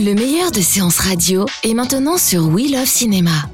Le meilleur de séances radio est maintenant sur We Love Cinéma.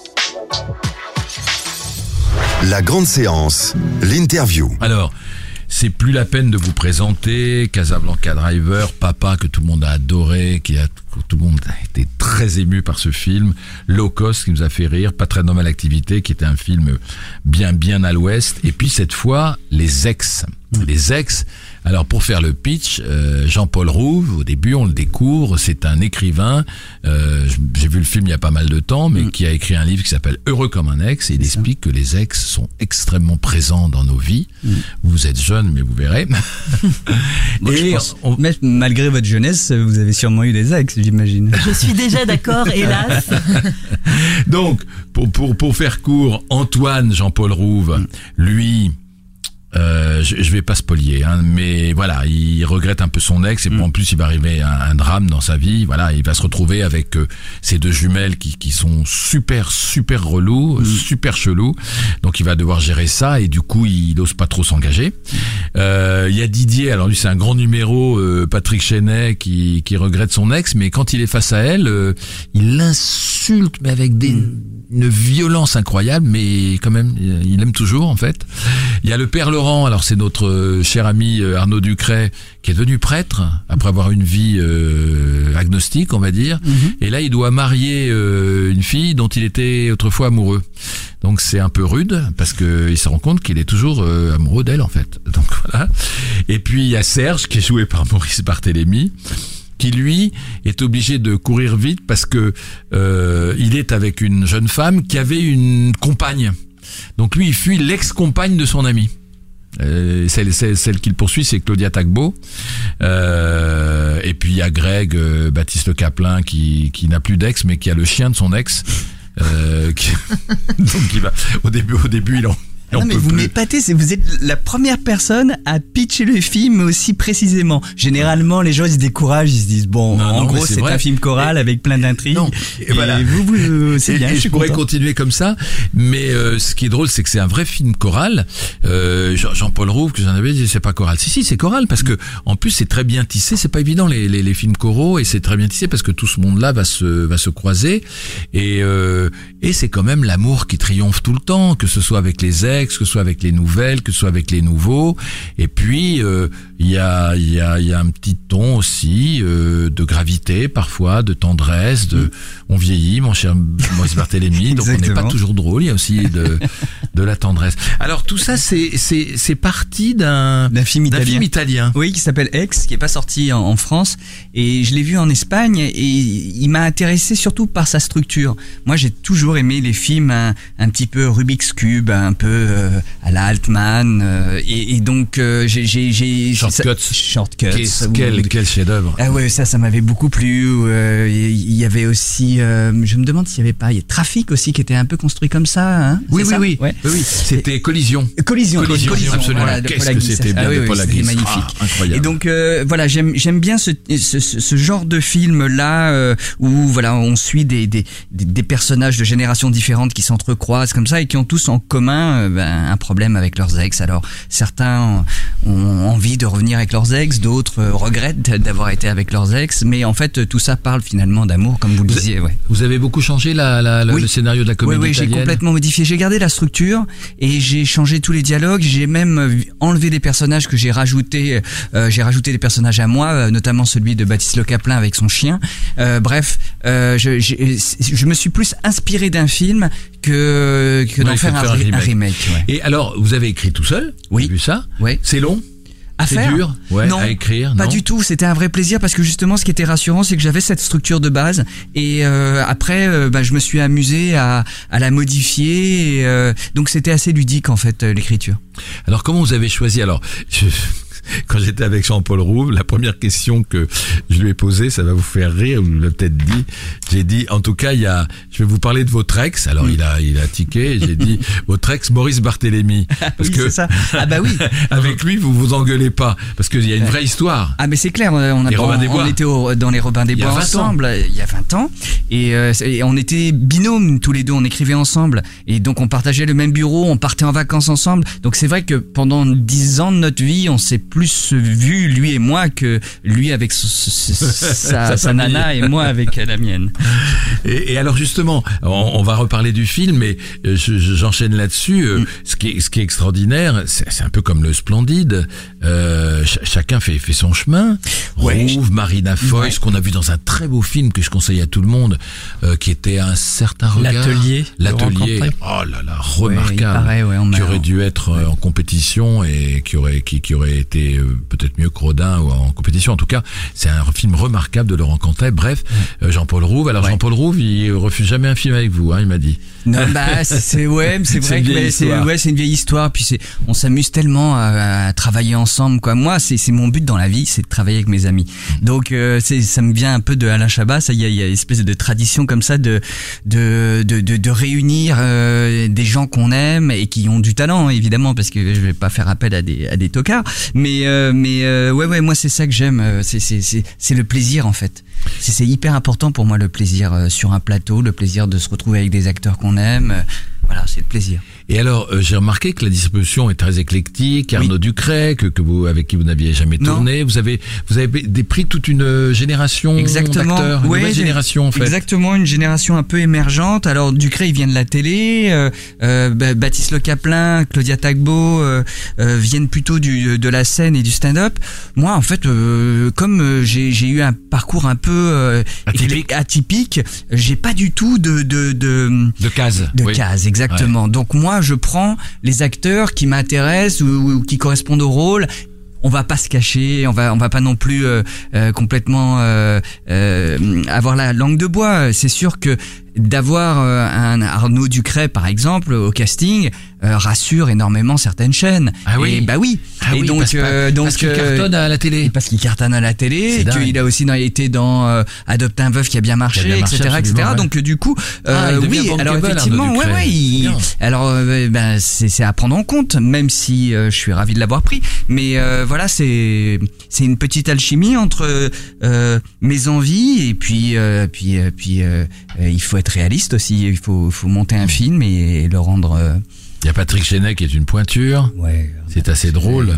La grande séance, l'interview. Alors, c'est plus la peine de vous présenter Casablanca Driver, Papa que tout le monde a adoré, tout le monde a été très ému par ce film, Low Cost qui nous a fait rire, Pas très normale activité qui était un film bien à l'ouest, et puis cette fois Les Ex. Les Ex. Alors pour faire le pitch, Jean-Paul Rouve, au début on le découvre, c'est un écrivain, j'ai vu le film il y a pas mal de temps, mais qui a écrit un livre qui s'appelle Heureux comme un ex, et il explique que les ex sont extrêmement présents dans nos vies. Vous êtes jeune, mais vous verrez. Et mais malgré votre jeunesse, vous avez sûrement eu des ex, j'imagine. Je suis déjà d'accord, hélas. Donc, pour faire court, Antoine Jean-Paul Rouve, lui... je vais pas spolier, mais voilà, il regrette un peu son ex, et en plus il va arriver un drame dans sa vie. Voilà, il va se retrouver avec ces deux jumelles qui sont super relous, super chelous. Donc il va devoir gérer ça, et du coup il n'ose pas trop s'engager. Il y a Didier, alors lui c'est un grand numéro, Patrick Chenet qui regrette son ex, mais quand il est face à elle, il l'insulte, mais avec une violence incroyable, mais quand même il aime toujours en fait. Il y a le père Laurent, alors c'est notre cher ami Arnaud Ducret qui est devenu prêtre après avoir une vie agnostique, on va dire, et là il doit marier une fille dont il était autrefois amoureux. Donc c'est un peu rude parce que il se rend compte qu'il est toujours amoureux d'elle en fait. Donc voilà. Et puis il y a Serge qui est joué par Maurice Barthélémy, qui lui est obligé de courir vite parce que il est avec une jeune femme qui avait une compagne. Donc lui il fuit l'ex-compagne de son ami. Celle qu'il poursuit, c'est Claudia Tagbo. Et puis il y a Greg Baptiste Le Caplin qui n'a plus d'ex, mais qui a le chien de son ex. Donc il va au début il en... Non mais vous m'épatez, vous êtes la première personne à pitcher le film aussi précisément. Généralement les gens ils se découragent, ils se disent bon, en gros c'est un film choral avec plein d'intrigues. Non, et voilà. Vous c'est bien. Je pourrais continuer comme ça, mais ce qui est drôle c'est que c'est un vrai film choral. Jean-Paul Rouve que j'en avais dit c'est pas choral. Si c'est choral parce que en plus c'est très bien tissé. C'est pas évident les films choraux, et c'est très bien tissé parce que tout ce monde-là va se croiser, et c'est quand même l'amour qui triomphe tout le temps, que ce soit avec les ex, que ce soit avec les nouvelles, que ce soit avec les nouveaux. Et puis il y a un petit ton aussi de gravité parfois, de tendresse, on vieillit mon cher Maurice Barthélémy, donc on n'est pas toujours drôle, il y a aussi de la tendresse. Alors tout ça c'est parti d'un film italien. Oui, qui s'appelle Ex, qui est pas sorti en France, et je l'ai vu en Espagne, et il m'a intéressé surtout par sa structure. Moi j'ai toujours aimé les films un petit peu Rubik's Cube, un peu à la Altman, et donc j'ai Shortcuts. Quel chef-d'œuvre. Ah ouais, ça m'avait beaucoup plu. Il y avait aussi, je me demande s'il y avait pas, il y a Trafic aussi qui était un peu construit comme ça. Hein, oui. C'était Collision, absolument. Voilà, qu'est-ce que c'était bien de Paul Haggis. C'était magnifique. Incroyable. Et donc voilà, j'aime bien ce genre de film là où voilà, on suit des personnages de générations différentes qui s'entrecroisent comme ça et qui ont tous en commun un problème avec leurs ex. Alors certains ont envie de revenir avec leurs ex, d'autres regrettent d'avoir été avec leurs ex, mais en fait tout ça parle finalement d'amour, comme vous le disiez. Ouais. Vous avez beaucoup changé le scénario de la comédie italienne. J'ai complètement modifié. J'ai gardé la structure et j'ai changé tous les dialogues. J'ai même enlevé des personnages que j'ai rajouté des personnages à moi, notamment celui de Baptiste Le Caplin avec son chien. Bref, je me suis plus inspiré d'un film que d'en faire un remake. Ouais. Et alors, vous avez écrit tout seul? Oui. J'ai vu ça? Oui. C'est long? C'est dur non, à écrire? Pas du tout, c'était un vrai plaisir parce que justement ce qui était rassurant c'est que j'avais cette structure de base, et après je me suis amusé à la modifier, et donc c'était assez ludique en fait l'écriture. Alors comment vous avez choisi? Alors quand j'étais avec Jean-Paul Rouve, la première question que je lui ai posée, ça va vous faire rire, vous l'avez peut-être dit, j'ai dit, en tout cas, je vais vous parler de votre ex. Alors il a tiqué, j'ai dit, votre ex Maurice Barthélémy. Parce oui, que, c'est ça. Ah bah oui. Avec lui, vous vous engueulez pas. Parce qu'il y a une vraie histoire. Ah mais c'est clair, on était dans les Robins des Bois ensemble, il y a 20 ans. Et on était binômes tous les deux, on écrivait ensemble. Et donc on partageait le même bureau, on partait en vacances ensemble. Donc c'est vrai que pendant 10 ans de notre vie, on s'est plus vu lui et moi que lui avec sa nana et moi avec la mienne. Et alors justement, on va reparler du film, mais j'enchaîne là-dessus. Ce qui est extraordinaire, c'est un peu comme le Splendide. Chacun fait son chemin. Rouve, Marina Foïs, ce qu'on a vu dans un très beau film que je conseille à tout le monde, qui était Un certain regard. L'atelier. Oh là là, remarquable. Qui aurait dû être en compétition et qui aurait été peut-être mieux que Rodin ou en compétition. En tout cas, c'est un film remarquable de Laurent Cantet. Bref, Jean-Paul Rouve. Alors Jean-Paul Rouve, il refuse jamais un film avec vous, il m'a dit. Non, c'est vrai que c'est une vieille histoire. Puis on s'amuse tellement à travailler ensemble, quoi. Moi, c'est mon but dans la vie, c'est de travailler avec mes amis. Donc ça me vient un peu de Alain Chabat. Il y a une espèce de tradition comme ça de réunir des gens qu'on aime et qui ont du talent, évidemment, parce que je vais pas faire appel à des tocards. Mais moi c'est ça que j'aime. C'est le plaisir, en fait. C'est hyper important pour moi, le plaisir sur un plateau, le plaisir de se retrouver avec des acteurs qu'on aime. Voilà, c'est le plaisir. Et alors, j'ai remarqué que la distribution est très éclectique. Arnaud Ducret, avec qui vous n'aviez jamais tourné. Vous avez pris toute une génération d'acteurs, une nouvelle génération en fait. Exactement, une génération un peu émergente. Alors Ducret, il vient de la télé. Baptiste Le Caplin, Claudia Tagbo viennent plutôt de la scène et du stand-up. Moi, en fait, comme j'ai eu un parcours un peu atypique, j'ai pas du tout de cases. Cases, exactement. Ouais. Donc moi, je prends les acteurs qui m'intéressent ou qui correspondent au rôle. On va pas se cacher, on va pas non plus complètement avoir la langue de bois. C'est sûr que d'avoir un Arnaud Ducret par exemple au casting rassure énormément certaines chaînes. Ah oui. Et bah oui. Ah et oui, donc parce qu'il cartonne à la télé. Parce qu'il cartonne à la télé, et qu'il a aussi été dans Adopte un veuf qui a bien marché, etc. Ouais. Donc du coup, oui. Alors effectivement, c'est à prendre en compte, même si je suis ravi de l'avoir pris. Mais voilà, c'est une petite alchimie entre mes envies et puis il faut être réaliste aussi. Il faut monter un film et le rendre. Il y a Patrick Chenet qui est une pointure. Ouais. C'est assez drôle.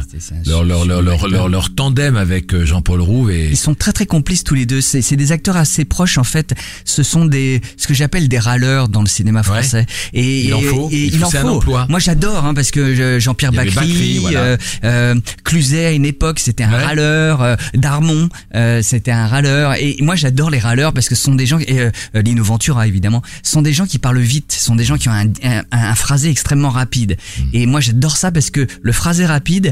Leur tandem avec Jean-Paul Rouve Ils sont très très complices tous les deux. C'est des acteurs assez proches en fait. Ce sont ce que j'appelle des râleurs dans le cinéma français. Ouais. Et il en faut. C'est un emploi. Moi j'adore parce que Jean-Pierre Bacri, Cluzet à une époque c'était un râleur. Darmon c'était un râleur. Et moi j'adore les râleurs parce que ce sont des gens. Lino Ventura évidemment. Ce sont des gens qui parlent vite. Ce sont des gens qui ont un phrasé extrêmement rapide. Et moi j'adore ça parce que le phrasé rapide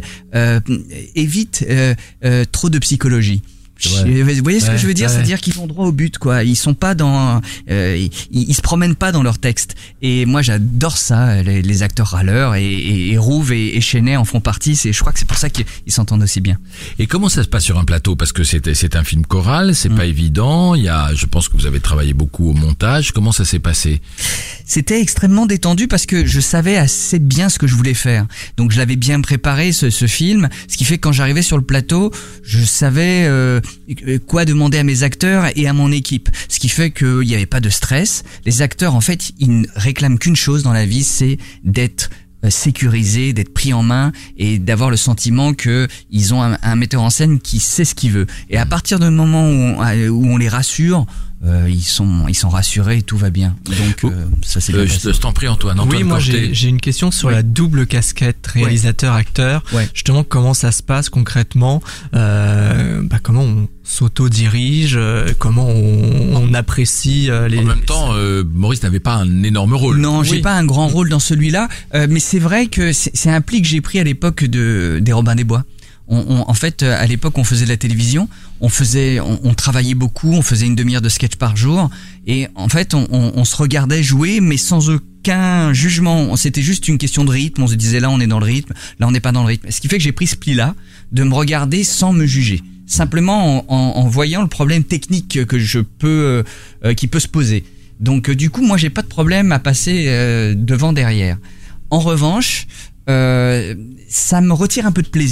évite trop de psychologie. Vous voyez ce que je veux dire, c'est-à-dire qu'ils vont droit au but, quoi. Ils sont pas dans, ils se promènent pas dans leur texte. Et moi, j'adore ça, les acteurs râleurs et Rouve et Chenet en font partie. Je crois que c'est pour ça qu'ils s'entendent aussi bien. Et comment ça se passe sur un plateau? Parce que c'est un film choral, c'est pas évident. Je pense que vous avez travaillé beaucoup au montage. Comment ça s'est passé? C'était extrêmement détendu parce que je savais assez bien ce que je voulais faire. Donc je l'avais bien préparé ce film, ce qui fait que quand j'arrivais sur le plateau, je savais quoi demander à mes acteurs et à mon équipe. Ce qui fait qu'il n'y avait pas de stress. Les acteurs, en fait, ils ne réclament qu'une chose dans la vie, c'est d'être sécurisés, d'être pris en main et d'avoir le sentiment que ils ont un metteur en scène qui sait ce qu'il veut. Et à partir du moment où on les rassure, ils sont rassurés et tout va bien. Donc ça c'est bien. Je t'en prie Antoine. Oui, moi j'ai une question sur la double casquette réalisateur-acteur. Ouais. Justement, comment ça se passe concrètement? Comment on s'auto-dirige, comment on apprécie les... En même temps, Maurice n'avait pas un énorme rôle. Non, j'ai pas un grand rôle dans celui-là, mais c'est vrai que c'est un pli que j'ai pris à l'époque des Robins des Bois. En fait, à l'époque, on faisait de la télévision, on travaillait beaucoup, on faisait une demi-heure de sketch par jour, et en fait, on se regardait jouer, mais sans aucun jugement. C'était juste une question de rythme. On se disait là, on est dans le rythme, là, on n'est pas dans le rythme. Ce qui fait que j'ai pris ce pli-là, de me regarder sans me juger, simplement en voyant le problème technique que qui peut se poser. Donc, du coup, moi, j'ai pas de problème à passer devant, derrière. En revanche, ça me retire un peu de plaisir.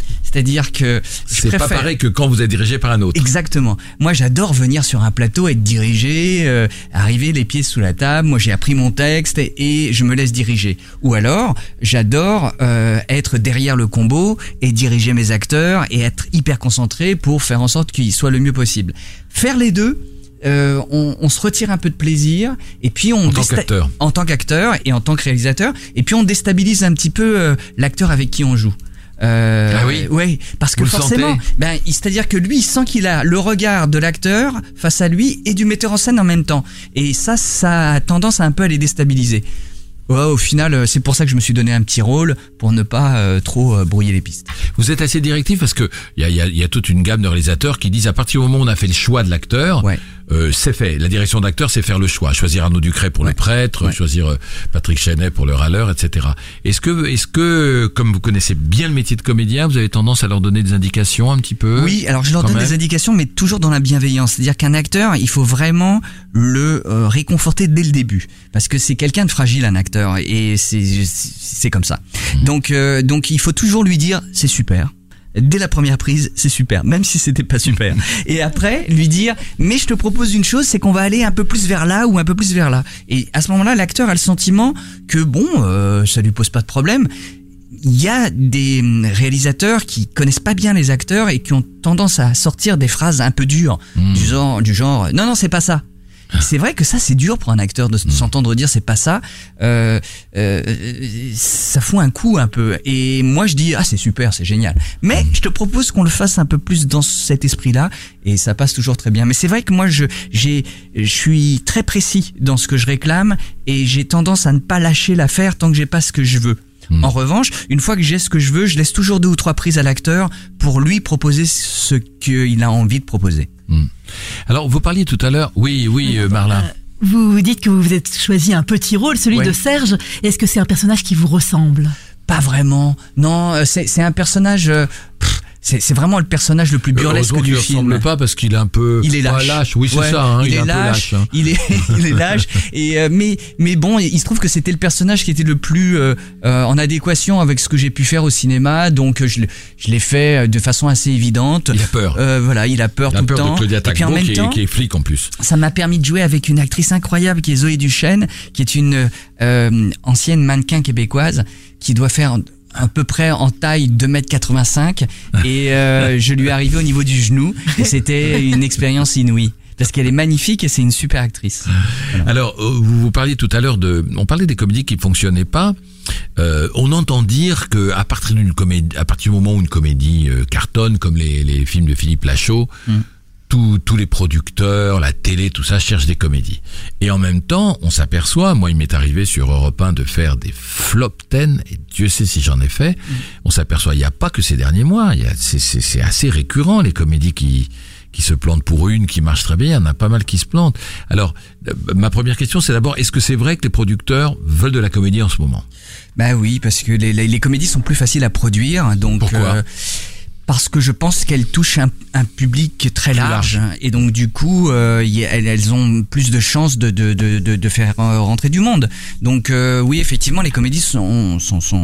C'est-à-dire que c'est pas pareil que quand vous êtes dirigé par un autre. Exactement. Moi, j'adore venir sur un plateau, être dirigé, arriver les pieds sous la table. Moi, j'ai appris mon texte et je me laisse diriger. Ou alors, j'adore être derrière le combo et diriger mes acteurs et être hyper concentré pour faire en sorte qu'ils soient le mieux possible. Faire les deux, on se retire un peu de plaisir et puis en tant qu'acteur et en tant que réalisateur, et puis on déstabilise un petit peu l'acteur avec qui on joue. Ah oui. Ouais, parce que vous forcément, c'est-à-dire que lui, il sent qu'il a le regard de l'acteur face à lui et du metteur en scène en même temps. Et ça a tendance à un peu à les déstabiliser. Ouais, au final, c'est pour ça que je me suis donné un petit rôle pour ne pas trop brouiller les pistes. Vous êtes assez directif parce que il y a toute une gamme de réalisateurs qui disent à partir du moment où on a fait le choix de l'acteur, c'est fait. La direction d'acteur, c'est faire le choix. Choisir Arnaud Ducret pour le prêtre, choisir Patrick Chenet pour le râleur, etc. Est-ce que, comme vous connaissez bien le métier de comédien, vous avez tendance à leur donner des indications un petit peu? Oui, alors je leur donne des indications, mais toujours dans la bienveillance. C'est-à-dire qu'un acteur, il faut vraiment le réconforter dès le début, parce que c'est quelqu'un de fragile, un acteur, et c'est comme ça. Donc il faut toujours lui dire c'est super. Dès la première prise, c'est super, même si c'était pas super. Et après, lui dire, mais je te propose une chose, c'est qu'on va aller un peu plus vers là ou un peu plus vers là. Et à ce moment-là, l'acteur a le sentiment que ça lui pose pas de problème. Il y a des réalisateurs qui connaissent pas bien les acteurs et qui ont tendance à sortir des phrases un peu dures, du genre, non, c'est pas ça. C'est vrai que ça, c'est dur pour un acteur de s'entendre dire c'est pas ça. Ça fout un coup un peu. Et moi, je dis c'est super, c'est génial. Mais je te propose qu'on le fasse un peu plus dans cet esprit-là, et ça passe toujours très bien. Mais c'est vrai que moi, je suis très précis dans ce que je réclame, et j'ai tendance à ne pas lâcher l'affaire tant que j'ai pas ce que je veux. En revanche, une fois que j'ai ce que je veux, je laisse toujours 2 ou 3 prises à l'acteur pour lui proposer ce qu'il a envie de proposer. Alors, vous parliez tout à l'heure, oui, Marla. Vous dites que vous vous êtes choisi un petit rôle, celui de Serge. Est-ce que c'est un personnage qui vous ressemble? Pas vraiment. Non, c'est un personnage... C'est vraiment le personnage le plus burlesque du film. Il ressemble pas parce qu'il est un peu... Il est lâche. Oui, c'est ça. Hein, il est lâche. Il est lâche. Et mais bon, il se trouve que c'était le personnage qui était le plus en adéquation avec ce que j'ai pu faire au cinéma. Donc je l'ai fait de façon assez évidente. Il a peur. Voilà, il a peur tout le temps. De Claudia Tagbo, qui est flic en plus. Ça m'a permis de jouer avec une actrice incroyable qui est Zoé Duchesne, qui est une ancienne mannequin québécoise qui doit faire à peu près en taille 2m85 et je lui ai arrivé au niveau du genou et c'était une expérience inouïe parce qu'elle est magnifique et c'est une super actrice. Voilà. Alors vous parliez tout à l'heure on parlait des comédies qui fonctionnaient pas. On entend dire que à partir du moment où une comédie cartonne comme les films de Philippe Lachaud, tous les producteurs, la télé, tout ça cherche des comédies. Et en même temps, on s'aperçoit, moi il m'est arrivé sur Europe 1 de faire des flop 10, et Dieu sait si j'en ai fait, on s'aperçoit, il n'y a pas que ces derniers mois, c'est assez récurrent les comédies qui se plantent pour une, qui marchent très bien, il y en a pas mal qui se plantent. Alors, ma première question c'est d'abord, est-ce que c'est vrai que les producteurs veulent de la comédie en ce moment? Bah oui, parce que les comédies sont plus faciles à produire, donc... Pourquoi? Parce que je pense qu'elles touchent un public très large. Et donc du coup elles ont plus de chances de faire rentrer du monde. Donc oui, effectivement les comédies sont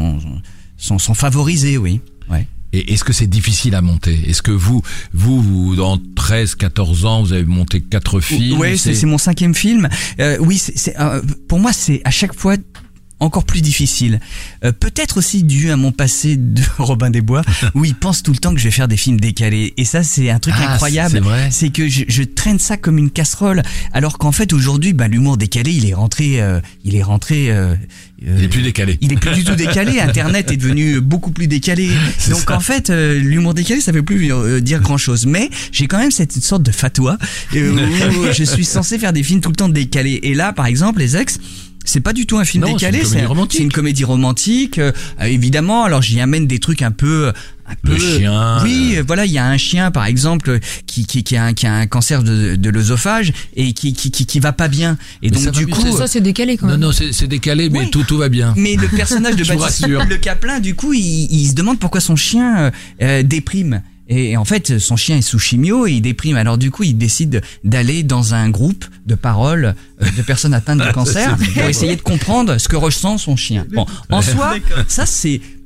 favorisées, oui. Ouais. Et est-ce que c'est difficile à monter? Est-ce que vous dans 13-14 ans vous avez monté 4 films? Oui, c'est mon 5e film. Oui, pour moi c'est à chaque fois encore plus difficile. Peut-être aussi dû à mon passé de Robin des Bois, où il pense tout le temps que je vais faire des films décalés. Et ça, c'est un truc incroyable. C'est que je traîne ça comme une casserole, alors qu'en fait aujourd'hui, l'humour décalé, il est rentré. Il est plus décalé. Il est plus du tout décalé. Internet est devenu beaucoup plus décalé. Donc en fait, l'humour décalé, ça veut plus dire grand chose. Mais j'ai quand même cette sorte de fatwa où je suis censé faire des films tout le temps décalés. Et là, par exemple, Les Ex, c'est pas du tout un film décalé, c'est une comédie romantique. Évidemment, alors j'y amène des trucs un peu le chien. Oui, voilà, il y a un chien par exemple qui a un cancer de l'œsophage et qui va pas bien. Et donc du coup, ça c'est décalé quand même. Non, c'est décalé, mais tout va bien. Mais le personnage de Baptiste Le Caplin, du coup, il se demande pourquoi son chien déprime. Et en fait, son chien est sous chimio et il déprime. Alors du coup, il décide d'aller dans un groupe de parole de personnes atteintes de cancer pour essayer de comprendre ce que ressent son chien. Bon, en soi, ça c'est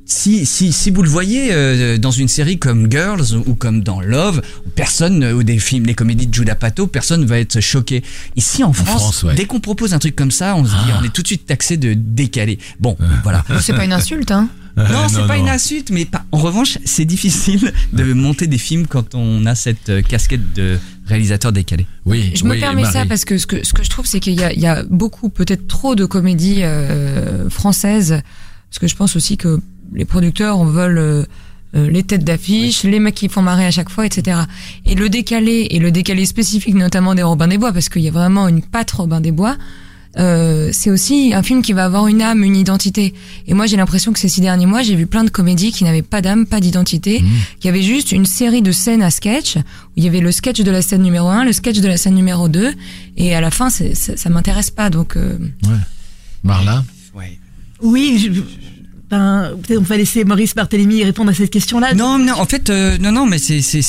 si vous le voyez dans une série comme Girls ou comme dans Love, ou des films, les comédies de Judd Apatow, personne va être choqué. Ici en France, dès qu'on propose un truc comme ça, on se dit, on est tout de suite taxé de décalé. Bon, voilà. C'est pas une insulte, hein. Non, c'est pas une insulte, mais en revanche, c'est difficile de monter des films quand on a cette casquette de réalisateur décalé. Oui, je me permets ça parce que ce que je trouve, c'est qu'il y a beaucoup, peut-être trop de comédies françaises, parce que je pense aussi que les producteurs veulent les têtes d'affiche, les mecs qui font marrer à chaque fois, etc. Et le décalé spécifique, notamment des Robin des Bois, parce qu'il y a vraiment une patte Robin des Bois. C'est aussi un film qui va avoir une âme, une identité. Et moi, j'ai l'impression que ces 6 derniers mois, j'ai vu plein de comédies qui n'avaient pas d'âme, pas d'identité, qui avaient juste une série de scènes à sketch, où il y avait le sketch de la scène numéro 1, le sketch de la scène numéro 2, et à la fin, ça m'intéresse pas, donc... Ouais. Marla ? Ouais. Oui, peut-être on va laisser Maurice Barthélémy répondre à cette question-là. Non, en fait, mais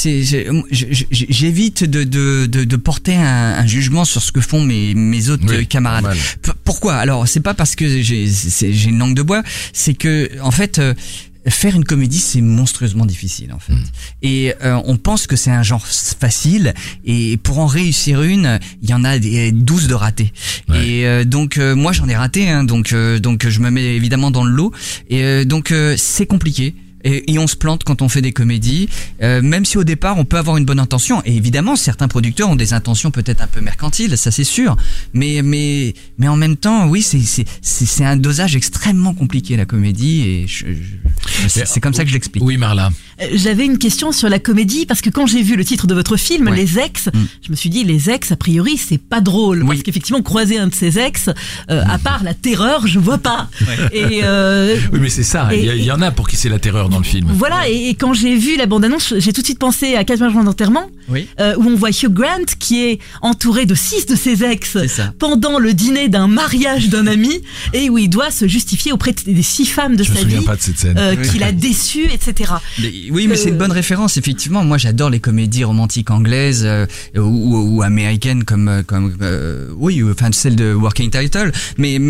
j'évite de porter un jugement sur ce que font mes autres camarades. Pourquoi ? Alors, c'est pas parce que j'ai une langue de bois, c'est que, en fait, faire une comédie, c'est monstrueusement difficile, en fait. Et on pense que c'est un genre facile, et pour en réussir une, il y en a 12 de ratés. Et donc moi j'en ai raté, hein, donc je me mets évidemment dans le lot, et donc c'est compliqué. Et on se plante quand on fait des comédies, même si au départ on peut avoir une bonne intention. Et évidemment, certains producteurs ont des intentions peut-être un peu mercantiles, ça c'est sûr. Mais en même temps, oui, c'est un dosage extrêmement compliqué, la comédie, et c'est comme ça que je l'explique. Oui, Marla. J'avais une question sur la comédie, parce que quand j'ai vu le titre de votre film, Les Ex, je me suis dit, les ex, a priori, c'est pas drôle. Parce qu'effectivement, croiser un de ses ex, à part la terreur, je vois pas. Et oui, mais c'est ça. Il y en a pour qui c'est la terreur dans le film. Voilà, et quand j'ai vu la bande-annonce, j'ai tout de suite pensé à 4 jours d'enterrement, où on voit Hugh Grant qui est entouré de 6 de ses ex pendant le dîner d'un mariage d'un ami, et où il doit se justifier auprès des 6 femmes de sa vie. Je me souviens pas de cette scène. Qu'il a déçu, etc. Mais c'est une bonne référence, effectivement. Moi, j'adore les comédies romantiques anglaises ou américaines comme celle de Working Title. Mais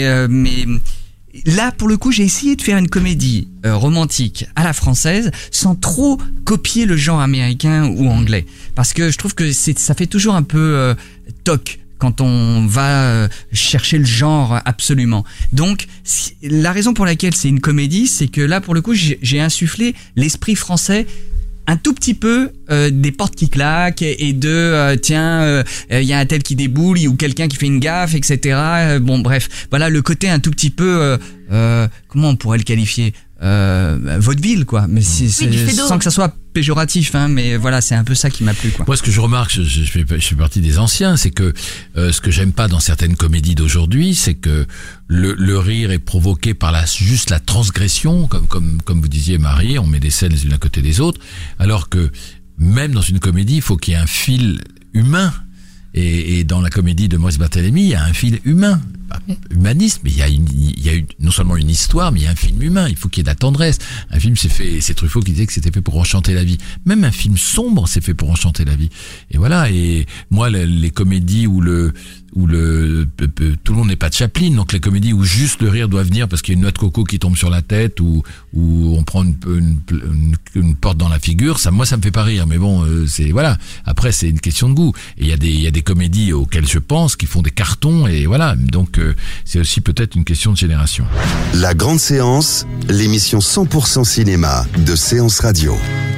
là, pour le coup, j'ai essayé de faire une comédie romantique à la française sans trop copier le genre américain ou anglais. Parce que je trouve que ça fait toujours un peu toc quand on va chercher le genre absolument. Donc, la raison pour laquelle c'est une comédie, c'est que là, pour le coup, j'ai insufflé l'esprit français un tout petit peu des portes qui claquent et de il y a un tel qui déboule ou quelqu'un qui fait une gaffe, etc. Bon, bref, voilà le côté un tout petit peu comment on pourrait le qualifier, vaudeville, quoi. Mais sans que ça soit péjoratif, hein, mais voilà, c'est un peu ça qui m'a plu, quoi. Moi, ce que je remarque, je fais partie des anciens, c'est que ce que j'aime pas dans certaines comédies d'aujourd'hui, c'est que le rire est provoqué par juste la transgression, comme vous disiez, Marie, on met des scènes les unes à côté des autres, alors que même dans une comédie, il faut qu'il y ait un fil humain. Et dans la comédie de Maurice Barthélémy, il y a un fil humain, humanisme, mais il y a non seulement une histoire, mais il y a un film humain. Il faut qu'il y ait de la tendresse. Un film, c'est Truffaut qui disait que c'était fait pour enchanter la vie. Même un film sombre, c'est fait pour enchanter la vie. Et voilà. Et moi, les comédies où tout le monde n'est pas de Chaplin, donc les comédies où juste le rire doit venir parce qu'il y a une noix de coco qui tombe sur la tête ou on prend une porte dans la figure, ça, moi, ça me fait pas rire. Mais bon, voilà. Après, c'est une question de goût. Et il y a des comédies auxquelles je pense qui font des cartons, et voilà. Donc c'est aussi peut-être une question de génération. La grande séance, l'émission 100% cinéma de Séance Radio.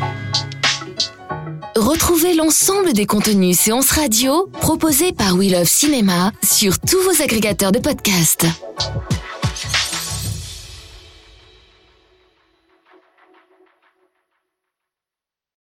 Retrouvez l'ensemble des contenus Séance Radio proposés par We Love Cinéma sur tous vos agrégateurs de podcasts.